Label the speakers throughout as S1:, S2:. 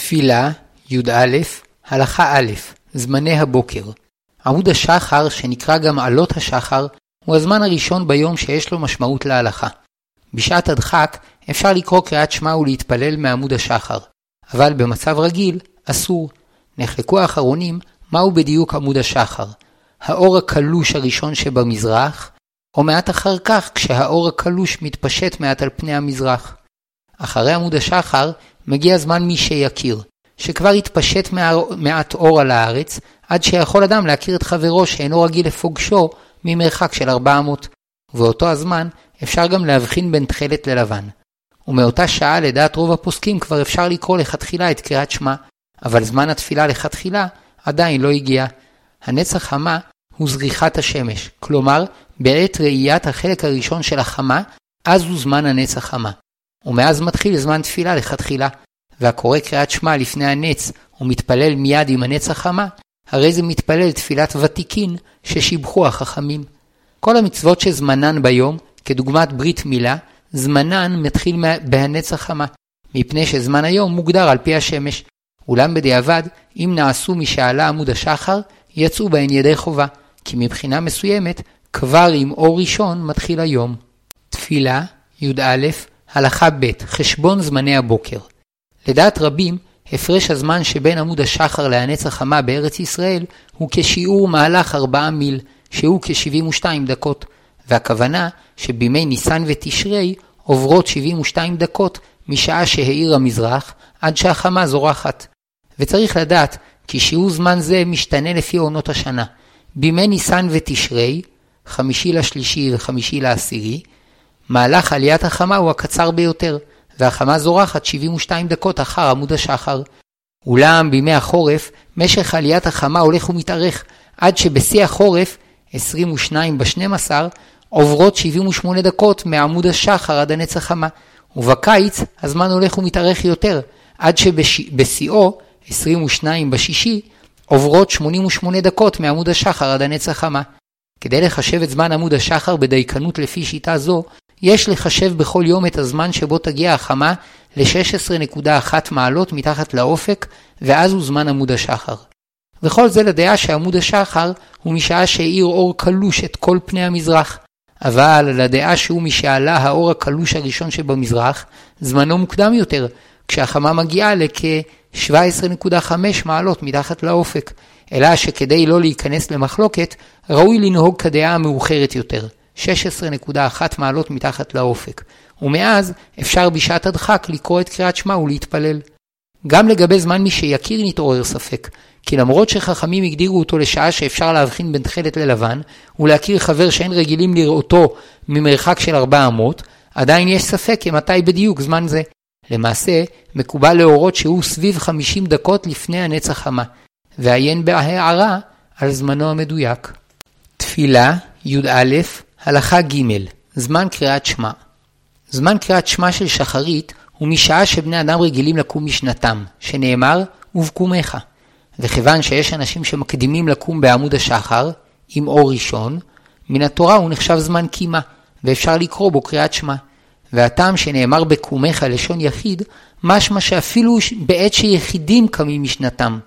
S1: תפילה, י"א, הלכה א', זמני הבוקר. עמוד השחר, שנקרא גם עלות השחר, הוא הזמן הראשון ביום שיש לו משמעות להלכה. בשעת הדחק אפשר לקרוא קריאת שמע ולהתפלל מעמוד השחר, אבל במצב רגיל אסור. נחלקו האחרונים מהו בדיוק עמוד השחר, האור הקלוש הראשון שבמזרח, או מעט אחר כך כשהאור הקלוש מתפשט מעט על פני המזרח. אחרי עמוד השחר מגיע זמן מי שיכיר, שכבר התפשט מעט אור על הארץ, עד שיכול אדם להכיר את חברו שאינו רגיל לפוגשו ממרחק של 400, ובאותו הזמן אפשר גם להבחין בין תכלת ללבן. ומאותה שעה לדעת רוב הפוסקים כבר אפשר לקרוא לכתחילה את קריאת שמע, אבל זמן התפילה לכתחילה עדיין לא הגיע. הנץ החמה הוא זריחת השמש, כלומר בעת ראיית החלק הראשון של החמה, אז הוא זמן הנץ החמה. ומאז מתחיל זמן תפילה לכתחילה, והקורא קריאת שמע לפני הנץ ומתפלל מיד עם הנץ החמה, הרי זה מתפלל תפילת ותיקין ששיבחו החכמים. כל המצוות שזמנן ביום, כדוגמת ברית מילה, זמנן מתחיל בהנץ החמה, מפני שזמן היום מוגדר על פי השמש. אולם בדיעבד, אם נעשו משעלה עמוד השחר, יצאו בהן ידי חובה, כי מבחינה מסוימת, כבר עם אור ראשון מתחיל היום. תפילה, י"א, הלכה ב', חשבון זמני הבוקר. לדעת רבים, הפרש הזמן שבין עמוד השחר להנץ החמה בארץ ישראל הוא כשיעור מהלך 4 מיל, שהוא כ-72 דקות, והכוונה שבימי ניסן ותשרי עוברות 72 דקות משעה שהאיר המזרח עד שהחמה זורחת. וצריך לדעת כי שיעור זמן זה משתנה לפי עונות השנה. בימי ניסן ותשרי, 5 לשלישי ו5 לעשירי, מהלך עליית החמה הוא הקצר ביותר, והחמה זורחת 72 דקות אחר עמוד השחר. אולם בימי החורף, משך עליית החמה הולך ומתארך, עד שבשיא החורף, 22 ב-12, עוברות 78 דקות מעמוד השחר עד הנץ החמה, ובקיץ הזמן הולך ומתארך יותר, עד שבשיאו, 22 ב-6, עוברות 88 דקות מעמוד השחר עד הנץ החמה. כדי לחשב את זמן עמוד השחר בדייקנות לפי שיטה זו, יש לחשב בכל יום את הזמן שבו תגיע החמה ל-16.1 מעלות מתחת לאופק, ואז הוא זמן עמוד השחר. וכל זה לדעה שעמוד השחר הוא משעה שהאיר אור קלוש את כל פני המזרח, אבל לדעה שהוא משעלה האור הקלוש הראשון שבמזרח, זמנו מוקדם יותר, כשהחמה מגיעה לכ-17.5 מעלות מתחת לאופק, אלא שכדי לא להיכנס למחלוקת, ראוי לנהוג כדעה המאוחרת יותר, 16.1 מעלות מתחת לאופק, ומאז אפשר בשעת הדחק לקרוא את קריאת שמע ולהתפלל. גם לגבי זמן מי שיכיר נתעורר ספק, כי למרות שחכמים הגדירו אותו לשעה שאפשר להבחין בין תכלת ללבן, ולהכיר חבר שאין רגילים לראותו ממרחק של 400, עדיין יש ספק מתי בדיוק זמן זה. למעשה, מקובל להורות שהוא סביב 50 דקות לפני הנץ החמה, ועיין בהערה על זמנו המדויק. תפילה, י"א, הלכה ג', זמן קריאת שמע. זמן קריאת שמע של שחרית הוא משעה שבני אדם רגילים לקום משנתם, שנאמר, ובקומך. וכיוון שיש אנשים שמקדימים לקום בעמוד השחר, עם אור ראשון, מן התורה הוא נחשב זמן קימה, ואפשר לקרוא בו קריאת שמע. והטעם שנאמר בקומך לשון יחיד, משמע שאפילו בעת שיחידים קמים משנתם.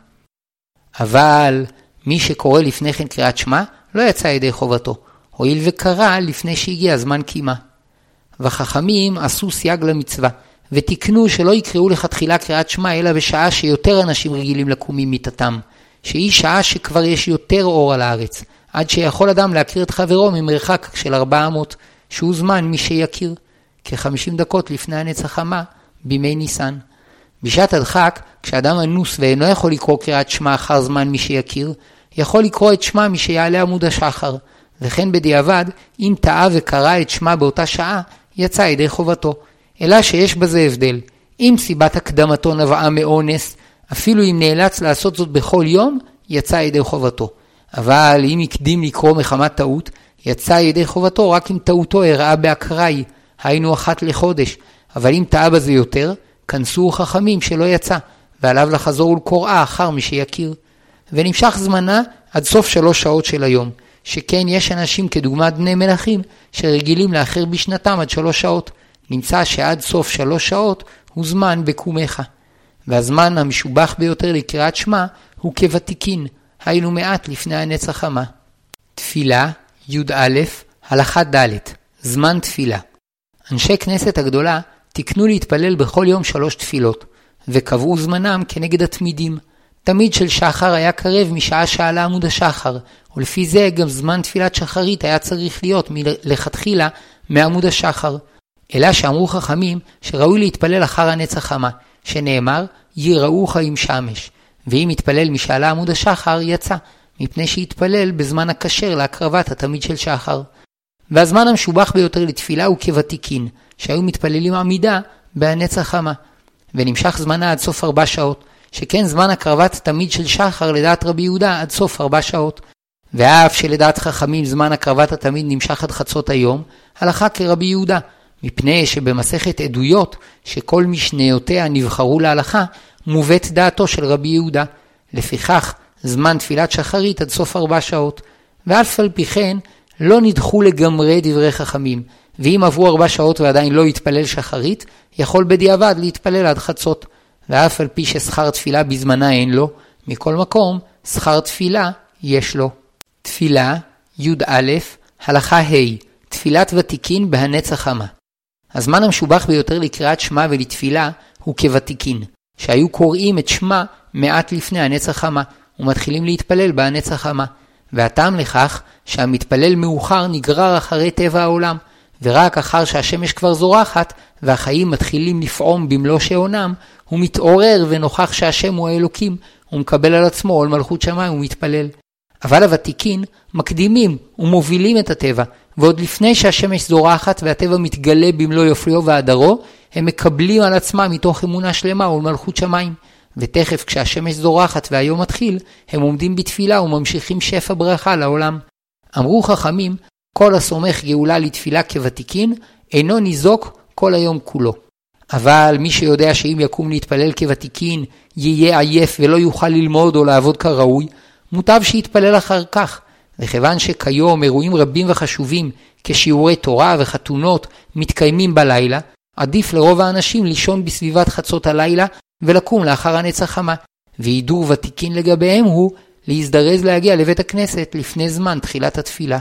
S1: אבל מי שקורא לפני כן קריאת שמע, לא יצא ידי חובתו, הואיל וקרא לפני שהגיע זמן קימה. וחכמים עשו סייג למצווה, ותקנו שלא יקראו לכתחילה קריאת שמע, אלא בשעה שיותר אנשים רגילים לקום ממיטתם, שהיא שעה שכבר יש יותר אור על הארץ, עד שיכול אדם להכיר את חברו ממרחק של 400, שהוא זמן מי שיכיר, כ-50 דקות לפני הנץ החמה, בימי ניסן. בשעת הדחק, כשאדם אנוס ואינו יכול לקרוא קריאת שמע אחר זמן מי שיכיר, יכול לקרוא את שמע מי שיעלה עמוד השחר, וכן בדיעבד, אם טעה וקרא את שמע באותה שעה, יצא ידי חובתו. אלא שיש בזה הבדל. אם סיבת הקדמתו נבעה מאונס, אפילו אם נאלץ לעשות זאת בכל יום, יצא ידי חובתו. אבל אם הקדים לקרוא מחמת טעות, יצא ידי חובתו רק אם טעותו הראה באקראי, היינו 1 לחודש. אבל אם טעה בזה יותר, כנסו חכמים שלא יצא, ועליו לחזור ולקוראה אחר מי שיכיר. ונמשך זמנה עד סוף 3 שעות של היום, שכן יש אנשים כדוגמת בני מלכים שרגילים לאחר בשנתם עד 3 שעות. נמצא שעד סוף 3 שעות הוא זמן בקומך. והזמן המשובח ביותר לקריאת שמע הוא כוותיקין, היינו מעט לפני הנץ החמה. תפילה, י"א, הלכה ד', זמן תפילה. אנשי כנסת הגדולה תקנו להתפלל בכל יום 3 תפילות, וקבעו זמנם כנגד התמידים. תמיד של שחר היה קרב משעה שעלה עמוד השחר, ולפי זה גם זמן תפילת שחרית היה צריך להיות מלכתחילה מעמוד השחר. אלא שאמרו חכמים שראוי להתפלל אחר הנץ החמה, שנאמר יראוך עם שמש, ואם יתפלל משעלה עמוד השחר יצא, מפני שיתפלל בזמן הכשר להקרבת התמיד של שחר. והזמן המשובח ביותר לתפילה הוא כוותיקין, שהיו מתפללים עמידה בהנץ החמה, ונמשך זמנה עד סוף 4 שעות, שכן זמן הקרבת תמיד של שחר לדעת רבי יהודה עד סוף 4 שעות. ואף שלדעת חכמים זמן הקרבת התמיד נמשך עד חצות היום, הלכה כרבי יהודה, מפני שבמסכת עדויות, שכל משניותיה נבחרו להלכה, מובאת דעתו של רבי יהודה. לפיכך, זמן תפילת שחרית עד סוף 4 שעות. ואף על פי כן, לא נדחו לגמרי דברי חכמים, ואם עברו 4 שעות ועדיין לא יתפלל שחרית, יכול בדיעבד להתפלל עד חצות. ואף על פי ששכר תפילה בזמנה אין לו, מכל מקום, שכר תפילה יש לו. תפילה, י"א, הלכה ה', תפילת ותיקין בהנץ החמה. הזמן המשובח ביותר לקריאת שמע ולתפילה הוא כוותיקין, שהיו קוראים את שמע מעט לפני הנץ החמה, ומתחילים להתפלל בהנץ החמה. והטעם לכך שהמתפלל מאוחר נגרר אחרי טבע העולם, ורק אחר שהשמש כבר זורחת והחיים מתחילים לפעום במלוא שעונם, הוא מתעורר ונוכח שהשם הוא האלוקים, הוא מקבל על עצמו עול מלכות שמיים ומתפלל. אבל הוותיקין מקדימים ומובילים את הטבע, ועוד לפני שהשמש זורחת והטבע מתגלה במלוא יופייו והדרו, הם מקבלים על עצמם מתוך אמונה שלמה עול מלכות שמיים. ותכף כשהשמש זורחת והיום מתחיל, הם עומדים בתפילה וממשיכים שפע ברכה לעולם. אמרו חכמים, כל הסומך גאולה לתפילה כוותיקין, אינו ניזוק כל היום כולו. אבל מי שיודע שאם יקום להתפלל כוותיקין, יהיה עייף ולא יוכל ללמוד או לעבוד כראוי, מוטב שיתפלל אחר כך. וכיוון שכיום אירועים רבים וחשובים, כשיעורי תורה וחתונות, מתקיימים בלילה, עדיף לרוב האנשים לישון בסביבת חצות הלילה, ולקום לאחר הנץ החמה. והידור ותיקין לגביהם הוא להזדרז להגיע לבית הכנסת לפני זמן תחילת התפילה.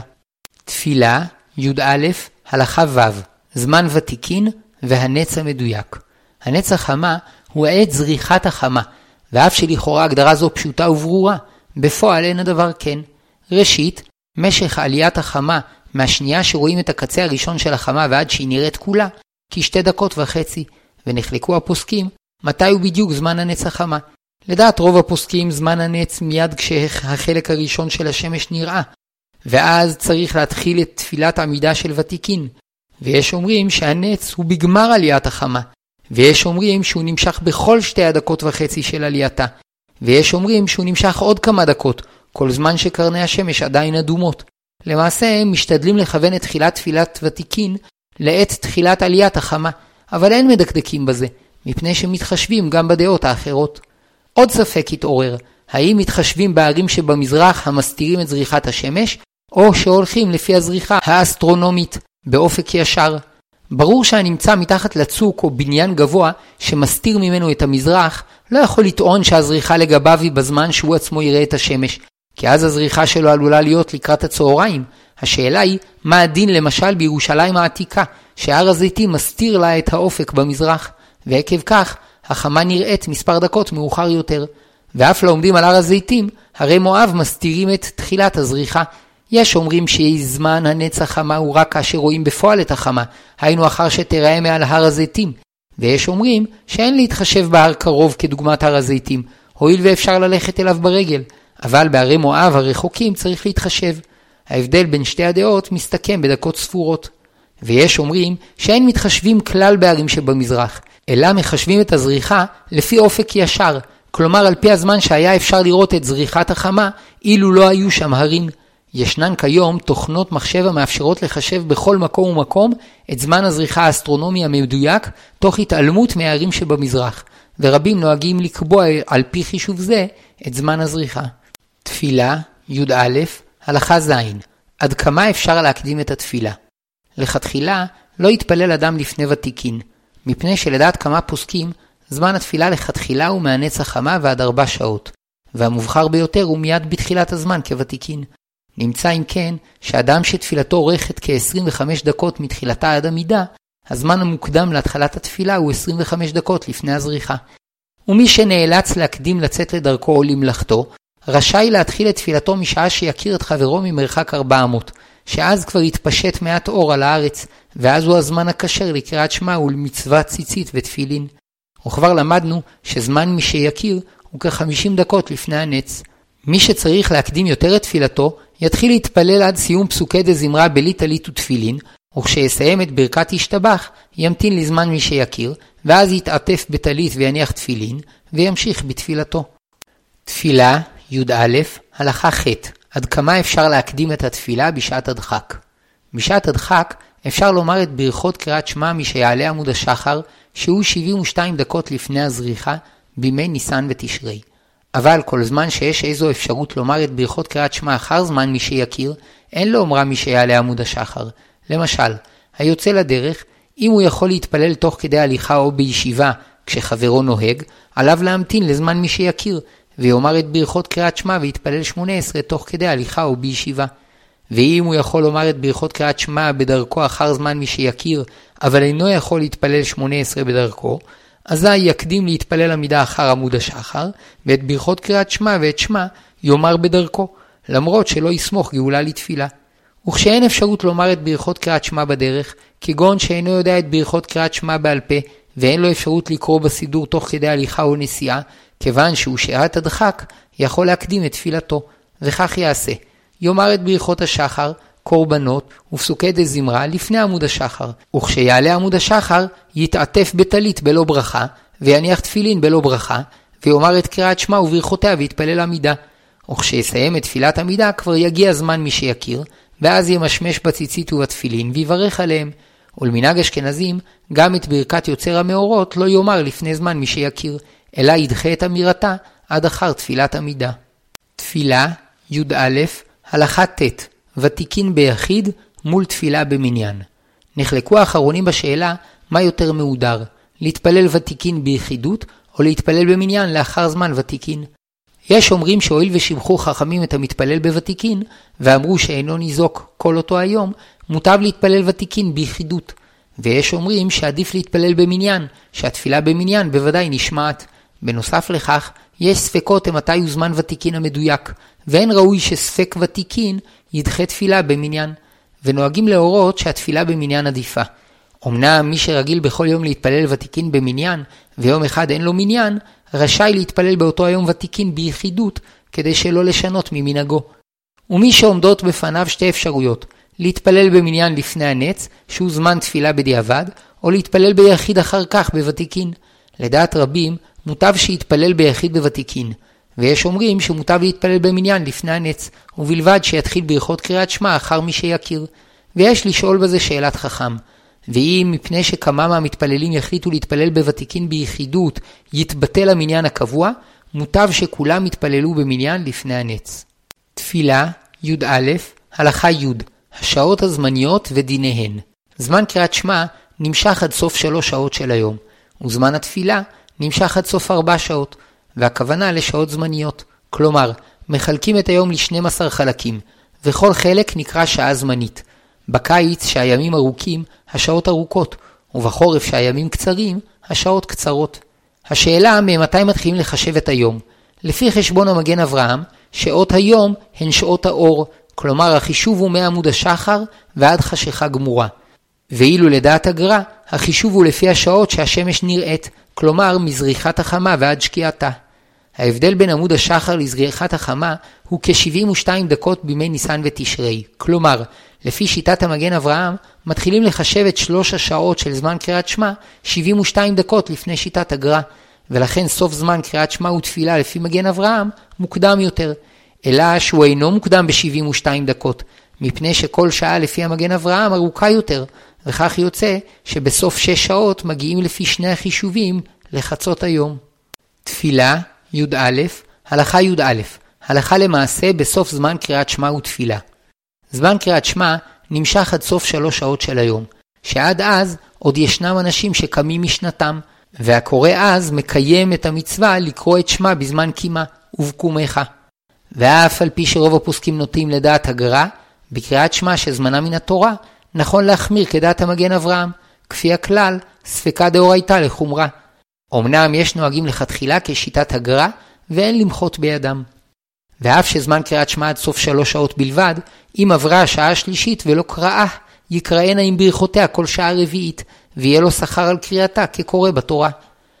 S1: תפילה, י"א, הלכה ו', זמן ותיקין והנץ המדויק. הנץ החמה הוא עת זריחת החמה, ואף שלכאורה הגדרה זו פשוטה וברורה, בפועל אין הדבר כן. ראשית, משך עליית החמה מהשנייה שרואים את הקצה הראשון של החמה ועד שהיא נראית כולה, כ2.5 דקות, ונחלקו הפוסקים מתי הוא בדיוק זמן הנץ החמה. לדעת רוב הפוסקים זמן הנץ מיד כשהחלק הראשון של השמש נראה, ואז צריך להתחיל את תפילת עמידה של ותיקין. ויש אומרים שהנץ הוא בגמר עליית החמה, ויש אומרים שהוא נמשך בכל 2.5 דקות של עלייתה, ויש אומרים שהוא נמשך עוד כמה דקות, כל זמן שקרני השמש עדיין אדומות. למעשה הם משתדלים לכוון את תפילת ותיקין לעת תחילת עליית החמה, אבל אין מדקדקים בזה, מפני שמתחשבים גם בדעות האחרות. עוד ספק התעורר, האם מתחשבים בערים שבמזרח המסתירים את זריחת השמש, או שהולכים לפי הזריחה האסטרונומית באופק ישר. ברור שהנמצא מתחת לצוק או בניין גבוה שמסתיר ממנו את המזרח, לא יכול לטעון שהזריחה לגביו היא בזמן שהוא עצמו יראה את השמש, כי אז הזריחה שלו עלולה להיות לקראת הצהריים. השאלה היא, מה הדין למשל בירושלים העתיקה, שהר הזיתים מסתיר לה את האופק במזרח, ועקב כך החמה נראית מספר דקות מאוחר יותר. ואף לא עומדים על הר הזיתים, הרי מואב מסתירים את תחילת הזריחה. יש אומרים שזמן הנץ החמה הוא רק כאשר רואים בפועל את החמה, היינו אחר שתראה מעל הר הזיתים. ויש אומרים שאין להתחשב בהר קרוב כדוגמת הר הזיתים, הואיל ואפשר ללכת אליו ברגל, אבל בערי מואב הרחוקים צריך להתחשב. ההבדל בין שתי הדעות מסתכם בדקות ספורות. ויש אומרים שאין מתחשבים כלל בערים שבמזרח, אלא מחשבים את הזריחה לפי אופק ישר, כלומר על פי הזמן שהיה אפשר לראות את זריחת החמה אילו לא היו שם הרים. ישנן כיום תוכנות מחשב המאפשרות לחשב בכל מקום ומקום את זמן הזריחה האסטרונומי המדויק, תוך התעלמות מהערים שבמזרח, ורבים נוהגים לקבוע על פי חישוב זה את זמן הזריחה. תפילה, י"א, הלכה ז', עד כמה אפשר להקדים את התפילה? לכתחילה לא יתפלל אדם לפני ותיקין, מפני שלדעת כמה פוסקים, זמן התפילה לכתחילה הוא מהנץ החמה ועד 4 שעות, והמובחר ביותר הוא מיד בתחילת הזמן כוותיקין. נמצא אם כן שאדם שתפילתו אורכת כ-25 דקות מתחילתה עד עמידה, הזמן המוקדם להתחלת התפילה הוא 25 דקות לפני הזריחה. ומי שנאלץ להקדים לצאת לדרכו או למלאכתו, רשאי להתחיל את תפילתו משעה שיכיר את חברו ממרחק 400, שאז כבר יתפשט מעט אור על הארץ, ואז הוא הזמן הכשר לקריאת שמע ולמצוות ציצית ותפילין. וכבר למדנו שזמן מי שיכיר הוא כ-50 דקות לפני הנץ. מי שצריך להקדים יותר את תפילתו, יתחיל להתפלל עד סיום פסוקי דזמרה בלי טלית ותפילין, וכשיסיים את ברכת ישתבח, ימתין לזמן מי שיכיר, ואז יתעטף בטלית ויניח תפילין, וימשיך בתפילתו. תפילה, י"א, הלכה ח' עד כמה אפשר להקדים את התפילה בשעת הדחק. בשעת הדחק אפשר לומר את ברכות קריאת שמע מי שיעלה עמוד השחר, שהוא 72 דקות לפני הזריחה, בימי ניסן ותשרי. אבל כל זמן שיש איזו אפשרות לומר את ברכות קריאת שמע אחר זמן מי שיכיר, אין לו אומרה מי שיעלה עמוד השחר. למשל, היוצא לדרך, אם הוא יכול להתפלל תוך כדי הליכה או בישיבה כשחברו נוהג, עליו להמתין לזמן מי שיכיר, ויאמר את ברכות קריאת שמע ויתפלל 18 תוך כדי הליכה או בישיבה. ואם הוא יכול לומר את ברכות קריאת שמע בדרכו אחר זמן מי שיכיר, אבל אינו יכול להתפלל 18 בדרכו, אזי יקדים להתפלל עמידה אחר עמוד השחר, ואת ברכות קריאת שמע ואת שמע יאמר בדרכו, למרות שלא יסמוך גאולה לתפילה. וכשאין אפשרות לומר את ברכות קריאת שמע בדרך, כגון שאינו יודע את ברכות קריאת שמע בעל פה, ואין לו אפשרות לקרוא בסידור תוך כדי הליכה או נסיעה, כיוון שהוא שעת הדחק, יכול להקדים את תפילתו, וכך יעשה. יאמר את ברכות השחר, קורבנות ופסוקי דזמרה לפני עמוד השחר, וכשיעלה עמוד השחר, יתעטף בטלית בלא ברכה, ויניח תפילין בלא ברכה, ויאמר את קריאת שמע וברכותיה ויתפלל עמידה. וכשיסיים את תפילת עמידה, כבר יגיע זמן מי שיכיר, ואז ימשמש בציצית ובתפילין ויברך עליהם. ולמנהג אשכנזים, גם את ברכת יוצר המאורות לא יאמר לפני זמן מי שיכיר, אלא ידחה את אמירתה עד אחר תפילת עמידה. תפילה, י"א, הלכה ט' ותיקין ביחיד מול תפילה במניין. נחלקו האחרונים בשאלה מה יותר מהודר, להתפלל ותיקין ביחידות או להתפלל במניין לאחר זמן ותיקין. יש אומרים שהואיל ושבחו חכמים את המתפלל בוותיקין, ואמרו שאינו ניזוק כל אותו היום, מוטב להתפלל ותיקין ביחידות. ויש אומרים שעדיף להתפלל במניין, שהתפילה במניין בוודאי נשמעת. בנוסף לכך, יש ספקות מתי הוא זמן ותיקין המדויק, ואין ראוי שספק ותיקין ידחה תפילה במניין, ונוהגים להורות שהתפילה במניין עדיפה. אמנם מי שרגיל בכל יום להתפלל ותיקין במניין, ויום אחד אין לו מניין, רשאי להתפלל באותו היום ותיקין ביחידות, כדי שלא לשנות ממנהגו. ומי שעומדות בפניו שתי אפשרויות, להתפלל במניין לפני הנץ, שהוא זמן תפילה בדיעבד, או להתפלל ביחיד אחר כך בוותיקין. לדעת רבים, מוטב שיתפלל ביחיד בוותיקין, ויש אומרים שמוטב להתפלל במניין לפני הנץ, ובלבד שיתחיל ברכות קריאת שמע אחר מי שיכיר. ויש לשאול בזה שאלת חכם, ואם מפני שכמה מהמתפללים יחליטו להתפלל בוותיקין ביחידות יתבטל המניין הקבוע, מוטב שכולם יתפללו במניין לפני הנץ. תפילה, י"א, הלכה י' השעות הזמניות ודיניהן. זמן קריאת שמע נמשך עד סוף 3 שעות של היום, וזמן התפילה נמשך עד סוף 4 שעות, והכוונה לשעות זמניות. כלומר, מחלקים את היום ל12 חלקים, וכל חלק נקרא שעה זמנית. בקיץ שהימים ארוכים, השעות ארוכות, ובחורף שהימים קצרים, השעות קצרות. השאלה ממתי מתחילים לחשב את היום. לפי חשבון המגן אברהם, שעות היום הן שעות האור, כלומר החישוב הוא מעמוד השחר ועד חשיכה גמורה. ואילו לדעת הגר"א, החישוב הוא לפי השעות שהשמש נראית, כלומר מזריחת החמה ועד שקיעתה. ההבדל בין עמוד השחר לזריחת החמה הוא כ-72 דקות בימי ניסן ותשרי. כלומר, לפי שיטת המגן אברהם, מתחילים לחשב את 3 השעות של זמן קריאת שמע 72 דקות לפני שיטת הגר"א, ולכן סוף זמן קריאת שמע ותפילה לפי מגן אברהם מוקדם יותר, אלא שהוא אינו מוקדם ב-72 דקות, מפני שכל שעה לפי המגן אברהם ארוכה יותר, וכך יוצא שבסוף 6 שעות מגיעים לפי שני החישובים לחצות היום. תפילה, י"א, הלכה י"א, הלכה למעשה בסוף זמן קריאת שמע ותפילה. זמן קריאת שמע נמשך עד סוף 3 שעות של היום, שעד אז עוד ישנם אנשים שקמים משנתם, והקורא אז מקיים את המצווה לקרוא את שמה בזמן קימה ובקומך. ואף על פי שרוב הפוסקים נוטים לדעת הגר"א, בקריאת שמה שזמנה מן התורה, נכון להחמיר כדעת המגן אברהם, כפי הכלל, ספקה דאורייתא לחומרה. אמנם יש נוהגים לכתחילה כשיטת הגר"א, ואין למחות בידם. ואף שזמן קריאת שמה עד סוף 3 שעות בלבד, אם עברה השעה השלישית ולא קראה, יקראנה עם ברכותיה כל שעה רביעית, ויהיה לו שכר על קריאתה כקורא בתורה.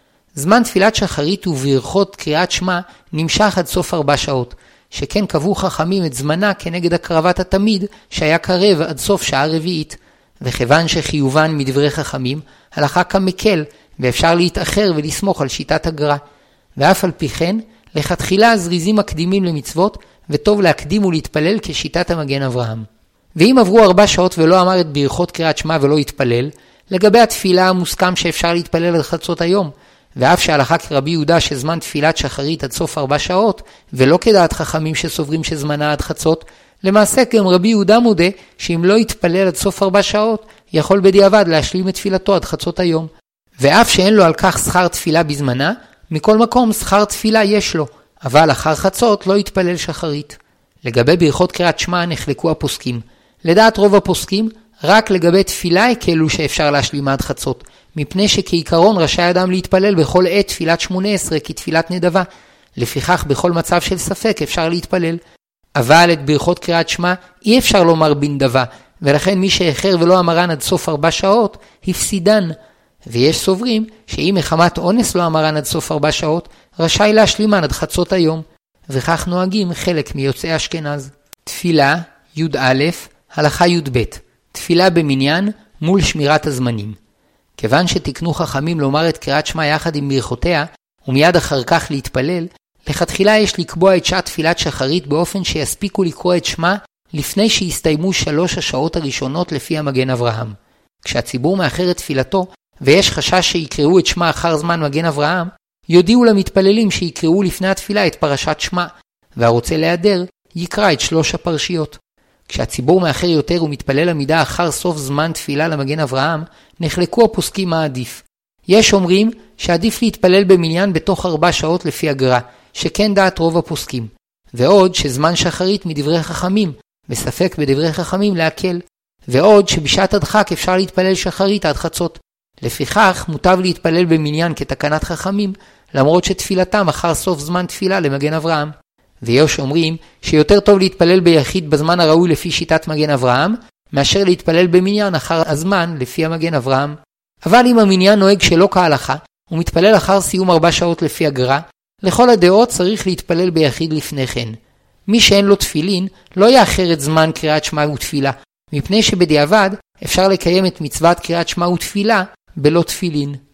S1: זמן תפילת שחרית וברכות קריאת שמה נמשך עד סוף 4 שעות, שכן קבעו חכמים את זמנה כנגד הקרבת התמיד שהיה קרב עד סוף שעה רביעית, וכיוון שחיובן מדברי חכמים, הלכה כמקל, ואפשר להתאחר ולסמוך על שיטת הגר"א. ואף על פי כן, לכתחילה זריזים מקדימים למצוות, וטוב להקדים ולהתפלל כשיטת המגן אברהם. ואם עברו 4 שעות ולא אמר את ברכות קריאת שמה ולא התפלל, לגבי התפילה המוסכם שאפשר להתפלל עד חצות היום, ואף שהלכה כרבי יהודה שזמן תפילת שחרית עד סוף 4 שעות, ולא כדעת חכמים שסוברים שזמנה עד חצות, למעשה גם רבי יהודה מודה שאם לא יתפלל עד סוף 4 שעות, יכול בדיעבד להשלים את תפילתו עד חצות היום. ואף שאין לו על כך שכר תפילה בזמנה, מכל מקום שכר תפילה יש לו, אבל אחר חצות לא יתפלל שחרית. לגבי ברכות קריאת שמה נחלקו הפוסקים. לדעת רוב הפוסקים, רק לגבי תפילה הקלו שאפשר להשלים עד חצות, מפני שכעיקרון רשאי אדם להתפלל בכל עת תפילת 18 כתפילת נדבה, לפיכך בכל מצב של ספק אפשר להתפלל. אבל את ברכות קריאת שמה אי אפשר לומר בנדבה, ולכן מי שאחר ולא אמרן עד סוף 4 שעות, הפסידן. ויש סוברים שאם מחמת אונס לא אמרן עד סוף 4 שעות, רשאי להשלימן עד חצות היום, וכך נוהגים חלק מיוצאי אשכנז. תפילה י"א, הלכה י"ב, תפילה במניין מול שמירת הזמנים. כיוון שתקנו חכמים לומר את קריאת שמה יחד עם ברכותיה, ומיד אחר כך להתפלל, לכתחילה יש לקבוע את שעת תפילת שחרית באופן שיספיקו לקרוא את שמה לפני שיסתיימו 3 השעות הראשונות לפי המגן אברהם. כשהציבור מאחר את תפילתו, ויש חשש שיקראו את שמה אחר זמן מגן אברהם, יודיעו למתפללים שיקראו לפני התפילה את פרשת שמה, והרוצה להיעדר יקרא את 3 הפרשיות. כשהציבור מאחר יותר ומתפלל עמידה אחר סוף זמן תפילה למגן אברהם, נחלקו הפוסקים מה עדיף. יש אומרים שעדיף להתפלל במניין בתוך 4 שעות לפי הגר"א, שכן דעת רוב הפוסקים. ועוד שזמן שחרית מדברי חכמים, וספק בדברי חכמים להקל. ועוד שבשעת הדחק אפשר להתפלל שחרית עד חצות. לפיכך מוטב להתפלל במניין כתקנת חכמים, למרות שתפילתם אחר סוף זמן תפילה למגן אברהם. ויש אומרים שיותר טוב להתפלל ביחיד בזמן הראוי לפי שיטת מגן אברהם, מאשר להתפלל במניין אחר הזמן לפי המגן אברהם. אבל אם המניין נוהג שלא כהלכה, ומתפלל אחר סיום 4 שעות לפי הגר"א, לכל הדעות צריך להתפלל ביחיד לפני כן. מי שאין לו תפילין לא יאחר את זמן קריאת שמה ותפילה, מפני שבדיעבד אפשר לקיים את מצוות קריאת שמה ותפילה בלא תפילין.